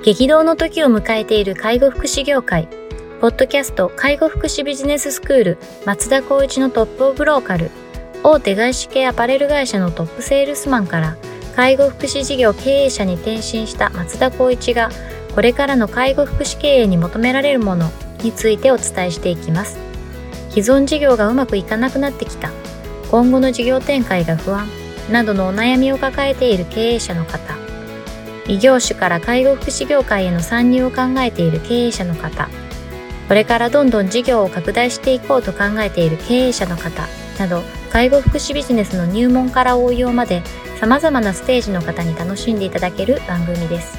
激動の時を迎えている介護福祉業界。ポッドキャスト介護福祉ビジネススクール松田光一のトップオブローカル。大手外資系アパレル会社のトップセールスマンから介護福祉事業経営者に転身した松田光一が、これからの介護福祉経営に求められるものについてお伝えしていきます。既存事業がうまくいかなくなってきた、今後の事業展開が不安などのお悩みを抱えている経営者の方、異業種から介護福祉業界への参入を考えている経営者の方、これからどんどん事業を拡大していこうと考えている経営者の方など、介護福祉ビジネスの入門から応用まで様々なステージの方に楽しんでいただける番組です。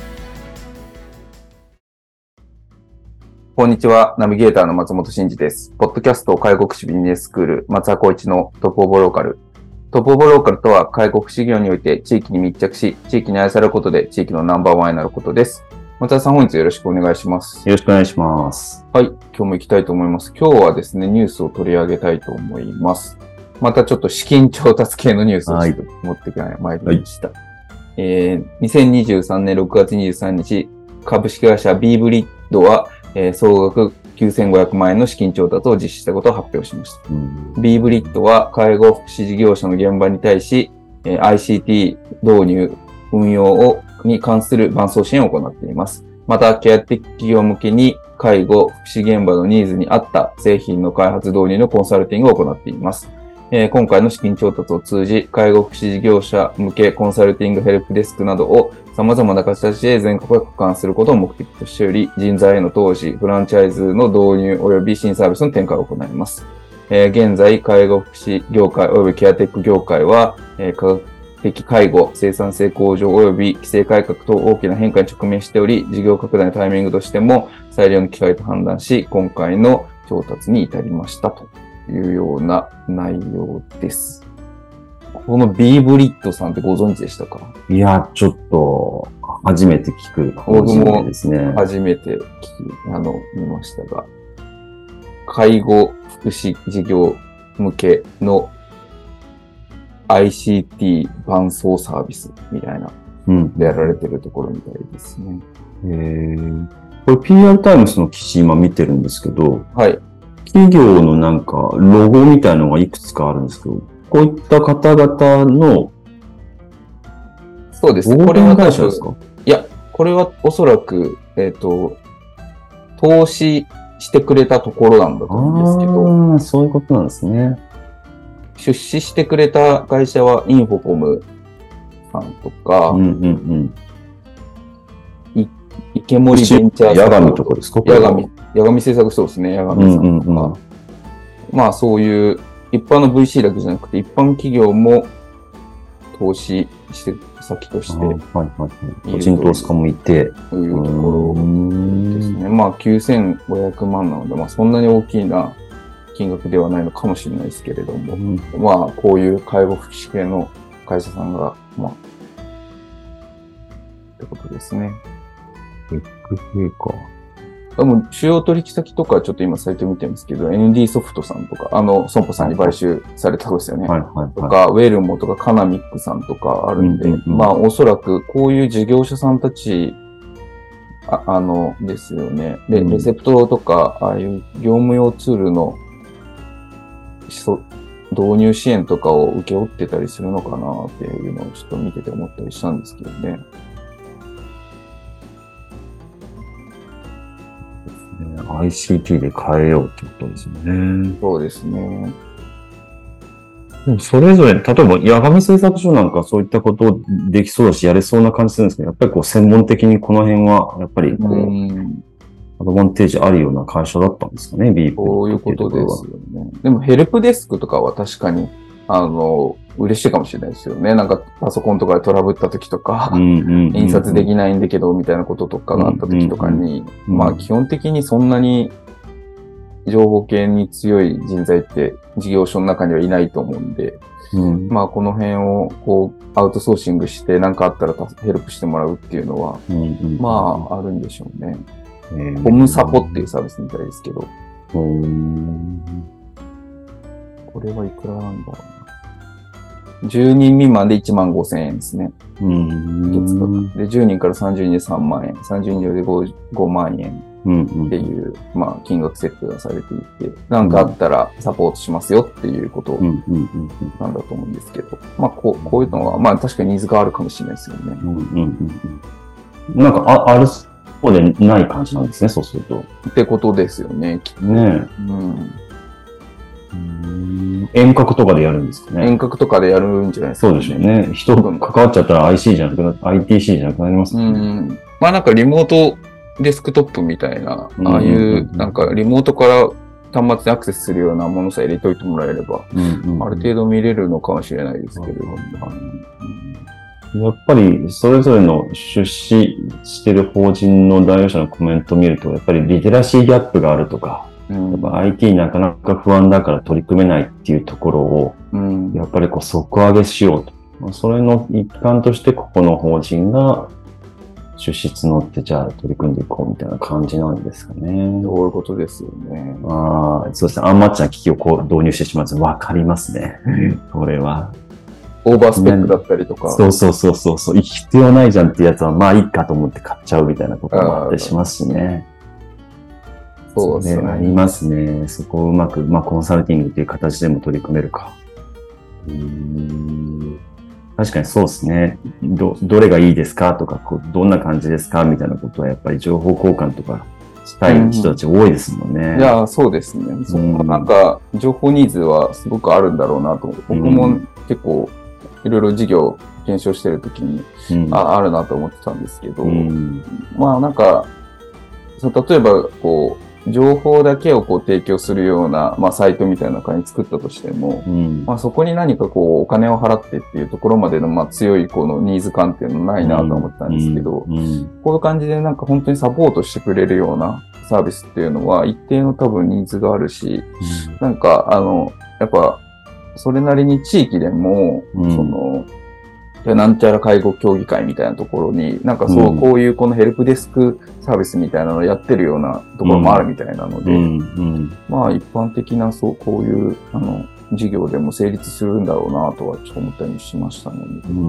こんにちは、ナビゲーターの松本真嗣です。ポッドキャスト介護福祉ビジネススクール松田光一のトップオブローカル。トップオブローカルとは、介護福祉業において地域に密着し、地域に愛されることで地域のナンバーワンになることです。松田さん、本日よろしくお願いします。 よろしくお願いします。 はい、今日も行きたいと思います。今日はですね、ニュースを取り上げたいと思います。またちょっと資金調達系のニュースを持ってまいりました。2023年6月23日、株式会社ビーブリッドは、総額9500万円の資金調達を実施したことを発表しました。ビーブリッドは介護福祉事業者の現場に対し、ICT 導入、運用に関する伴走支援を行っています。また、ケア的企業向けに介護福祉現場のニーズに合った製品の開発導入のコンサルティングを行っています。今回の資金調達を通じ、介護福祉事業者向けコンサルティングヘルプデスクなどを様々な形で全国へ補完することを目的としており、人材への投資、フランチャイズの導入及び新サービスの展開を行います。現在、介護福祉業界及びケアテック業界は、科学的介護、生産性向上及び規制改革と大きな変化に直面しており、事業拡大のタイミングとしても最良の機会と判断し、今回の調達に至りましたというような内容です。このビーブリッドさんってご存知でしたか？ いや、ちょっと、初めて聞くかもしれないですね。 僕も初めて見ましたが、介護福祉事業向けの ICT 伴走サービスみたいな、でやられてるところみたいですね。 これ PR タイムスの記事今見てるんですけど、 はい。 企業のなんかロゴみたいなのがいくつかあるんですけど、こういった方々のそうです。 これは会社ですか？ いや、これはおそらく、投資してくれたところなんだと思うんですけど。 そういうことなんですね。 出資してくれた会社はインフォコムさんとか、池森ベンチャーさん。 八神とかですか？ 八神製作そうですね。八神さんとか。まあそういう一般の VC だけじゃなくて一般企業も投資して先として。 個人投資家もいて。 というところですね。まあ9500万なので、まあそんなに大きな金額ではないのかもしれないですけれども、まあこういう介護福祉系の会社さんが、まあ、ってことですね。 XA か。 でも主要取引先とかちょっと今サイト見てるんですけど、ND ソフトさんとか、損保さんに買収されたとこですよね。とか、ウェルモとかカナミックさんとかあるんで、まあおそらくこういう事業者さんたち、ですよね。で、レセプトとか、ああいう業務用ツールの導入支援とかを請け負ってたりするのかなっていうのをちょっと見てて思ったりしたんですけどね。 ICT で変えようってことですよね。 そうですね。 でもそれぞれ、例えば、八神製作所なんかそういったことできそうだし、やれそうな感じするんですけど、やっぱりこう専門的にこの辺は、やっぱりこう、アドバンテージあるような会社だったんですかね、ビープ。 そういうことですよね。でもヘルプデスクとかは確かに、嬉しいかもしれないですよね。なんかパソコンとかでトラブった時とか、印刷できないんだけどみたいなこととかがあった時とかに、まあ基本的にそんなに情報系に強い人材って事業所の中にはいないと思うんで、まあこの辺をこうアウトソーシングして何かあったらヘルプしてもらうっていうのは、まああるんでしょうね。ホムサポっていうサービスみたいですけど。これはいくらなんだろうな。 10人未満で15,000円ですね。月額。で、10人から30人で3万円、30人で 5万円っていう、まあ、金額設定がされていて、なんかあったらサポートしますよっていうことなんだと思うんですけど、まあ、こういうのは、まあ、確かにニーズがあるかもしれないですよね。 なんか、あるそうでない感じなんですね、そうすると。 ってことですよね、きっと。 ね遠隔とかでやるんですかね。 遠隔とかでやるんじゃないですか、 そうでしょうね。人が関わっちゃったら IC じゃなくな、ITC じゃなくなりますもんね。 まあなんかリモートデスクトップみたいな、ああいうなんかリモートから端末にアクセスするようなものさえ入れといてもらえれば、ある程度見れるのかもしれないですけれども。 やっぱりそれぞれの出資してる法人の代表者のコメントを見ると、やっぱりリテラシーギャップがあるとか、やっぱ IT なかなか不安だから取り組めないっていうところを、やっぱりこう底上げしようと。それの一環としてここの法人が出資募ってじゃあ取り組んでいこうみたいな感じなんですかね。 そういうことですよね。 そうですね。アンマッチな機器をこう導入してしまうと分かりますね。これは。 オーバースペックだったりとか。 そう。必要ないじゃんってやつは、まあいいかと思って買っちゃうみたいなこともあったりしますしね。 そうですね。 ありますね。そこをうまく、まあコンサルティングという形でも取り組めるか。確かにそうですね。どれがいいですかとか、どんな感じですかみたいなことはやっぱり情報交換とかしたい人たち多いですもんね。 いや、そうですね。なんか、情報ニーズはすごくあるんだろうなと思って、僕も結構、いろいろ事業検証してるときに、あるなと思ってたんですけど、まあなんか、例えば、こう、情報だけをこう提供するような、まあサイトみたいな感じ作ったとしても、まあそこに何かこうお金を払ってっていうところまでのまあ強いこのニーズ感っていうのはないなと思ったんですけど、こういう感じでなんか本当にサポートしてくれるようなサービスっていうのは一定の多分ニーズがあるし、なんかやっぱそれなりに地域でも、なんちゃら介護協議会みたいなところに、なんかこういうこのヘルプデスクサービスみたいなのをやってるようなところもあるみたいなので、まあ一般的なこういう事業でも成立するんだろうなとはちょっと思ったりしましたね。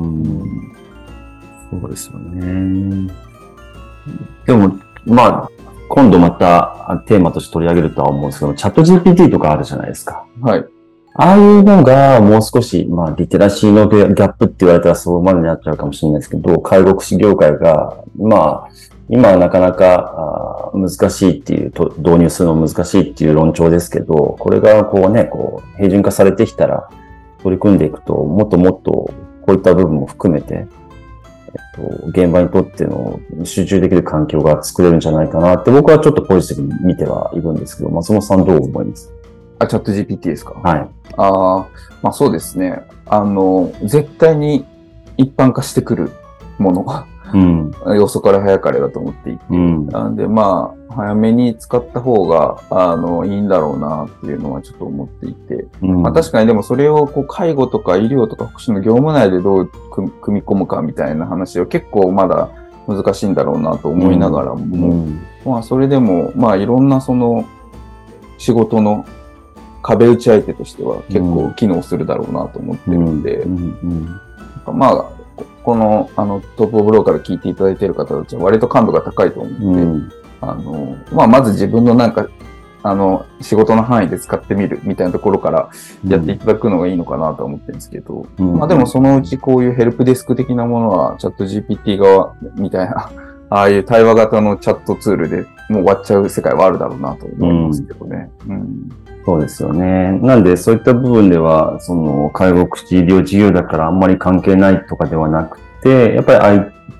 そうですよね。でも、まあ、今度またテーマとして取り上げるとは思うんですけど、チャット GPT とかあるじゃないですか。 はい。 ああいうのがもう少し、まあ、リテラシーのギャップって言われたらそうまでになっちゃうかもしれないですけど、介護福祉業界が、まあ、今はなかなか難しいっていう、導入するの難しいっていう論調ですけど、これがこうね、平準化されてきたら取り組んでいくと、もっともっとこういった部分も含めて、現場にとっての集中できる環境が作れるんじゃないかなって僕はちょっとポジティブに見てはいるんですけど、松本さんどう思いますか？ チャット GPT ですか？ はい。 まあそうですね。絶対に一般化してくるものが、よそから早かれだと思っていて、なんでまあ、早めに使った方が、いいんだろうなっていうのはちょっと思っていて、まあ確かにでもそれをこう介護とか医療とか福祉の業務内でどう組み込むかみたいな話は結構まだ難しいんだろうなと思いながらも、まあそれでも、まあいろんなその仕事の壁打ち相手としては結構機能するだろうなと思ってるんで、まあ、この、トップオブローから聞いていただいている方たちは割と感度が高いと思うので、まあ、まず自分のなんか、仕事の範囲で使ってみるみたいなところからやっていただくのがいいのかなと思ってるんですけど、まあでもそのうちこういうヘルプデスク的なものは、チャット GPT 側みたいな、ああいう対話型のチャットツールでもう終わっちゃう世界はあるだろうなと思いますけどね。 そうですよね。なんで、そういった部分では、介護福祉医療事業だからあんまり関係ないとかではなくて、やっぱり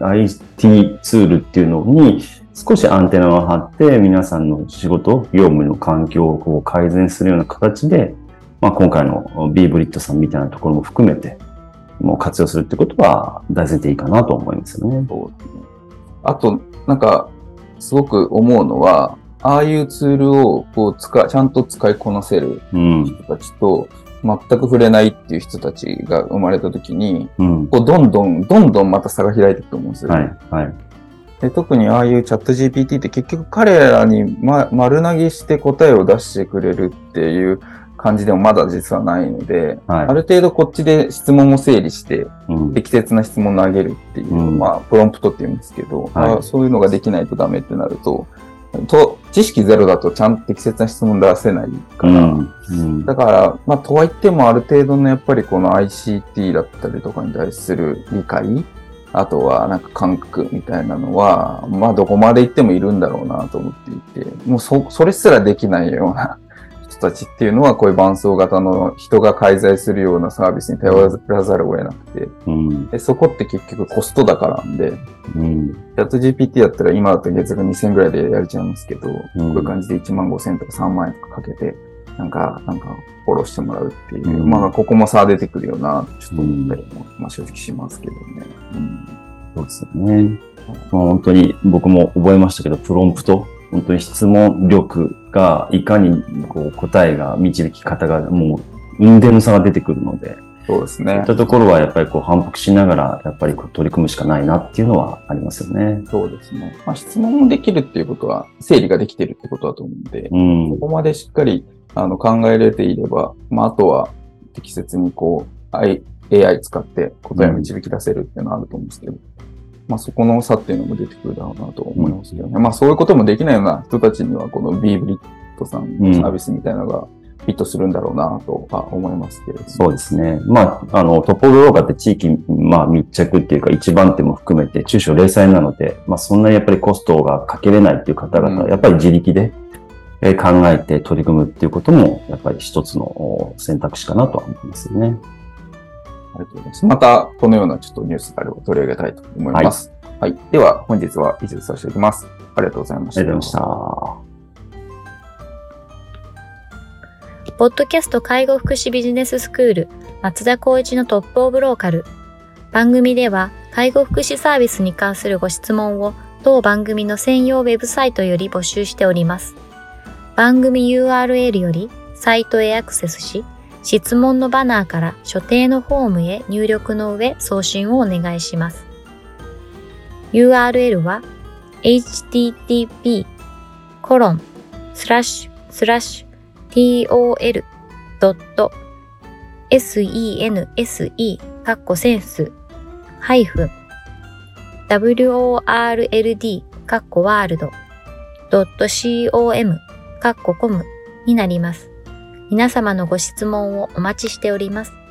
IT ツールっていうのに少しアンテナを張って、皆さんの仕事、業務の環境を改善するような形で、まあ今回の B ブリットさんみたいなところも含めて、もう活用するってことは大前提いいかなと思いますよね。 あと、なんか、すごく思うのは、ああいうツールをこうちゃんと使いこなせる人たちと、全く触れないっていう人たちが生まれたときに、こうどんどんまた差が開いていくと思うんですよね。で特にああいうチャット GPT って結局彼らに、丸投げして答えを出してくれるっていう感じでもまだ実はないので、 はい、 ある程度こっちで質問を整理して、適切な質問を投げるっていう、まあ、プロンプトって言うんですけど、はい、そういうのができないとダメってなると、知識ゼロだとちゃんと適切な質問出せないから、だから、まあ、とはいってもある程度のやっぱりこの ICT だったりとかに対する理解、あとはなんか感覚みたいなのは、まあどこまで行ってもいるんだろうなと思っていて、もうそれすらできないような人たちっていうのは、こういう伴走型の人が介在するようなサービスに頼らざるを得なくて、でそこって結局コストだからなんで、チャット GPT だったら今だと月額2000円ぐらいでやれちゃいますけど、こういう感じで1万5000円とか3万円とかかけて、なんかフォローしてもらうっていう、まあここも差出てくるよな、ちょっと思ったりも、まあ正直しますけどね。 そうですよね。まあ、本当に僕も覚えましたけど、プロンプト、本当に質問力がいかにこう答えが導き方がもう運転の差が出てくるので、 そうですね。 そういったところはやっぱりこう反復しながらやっぱりこう取り組むしかないなっていうのはありますよね。 そうですね。まあ質問もできるっていうことは整理ができてるってことだと思うので、ここまでしっかり考えれていれば、まああとは適切にこうAI 使って答えを導き出せるっていうのはあると思うんですけど、まあそこの差っていうのも出てくるだろうなと思いますけどね。まあそういうこともできないような人たちにはこの BBlit さんのサービスみたいなのがフィットするんだろうなとは思いますけれども。 そうですね。まあ、トポブローガーって地域、まあ密着っていうか一番手も含めて中小零細なので、まあそんなにやっぱりコストがかけれないっていう方々、やっぱり自力で考えて取り組むっていうこともやっぱり一つの選択肢かなとは思いますよね。 ありがとうございます。また、このようなちょっとニュースがあれば取り上げたいと思います。はい。はい、では、本日は以上させていただきます。ありがとうございました。 ありがとうございました。ポッドキャスト介護福祉ビジネススクール松田光一のトップオブローカル。番組では、介護福祉サービスに関するご質問を当番組の専用ウェブサイトより募集しております。番組 URL よりサイトへアクセスし、質問のバナーから所定のフォームへ入力の上送信をお願いします。URL は http://tol.sense-world.com になります。皆様のご質問をお待ちしております。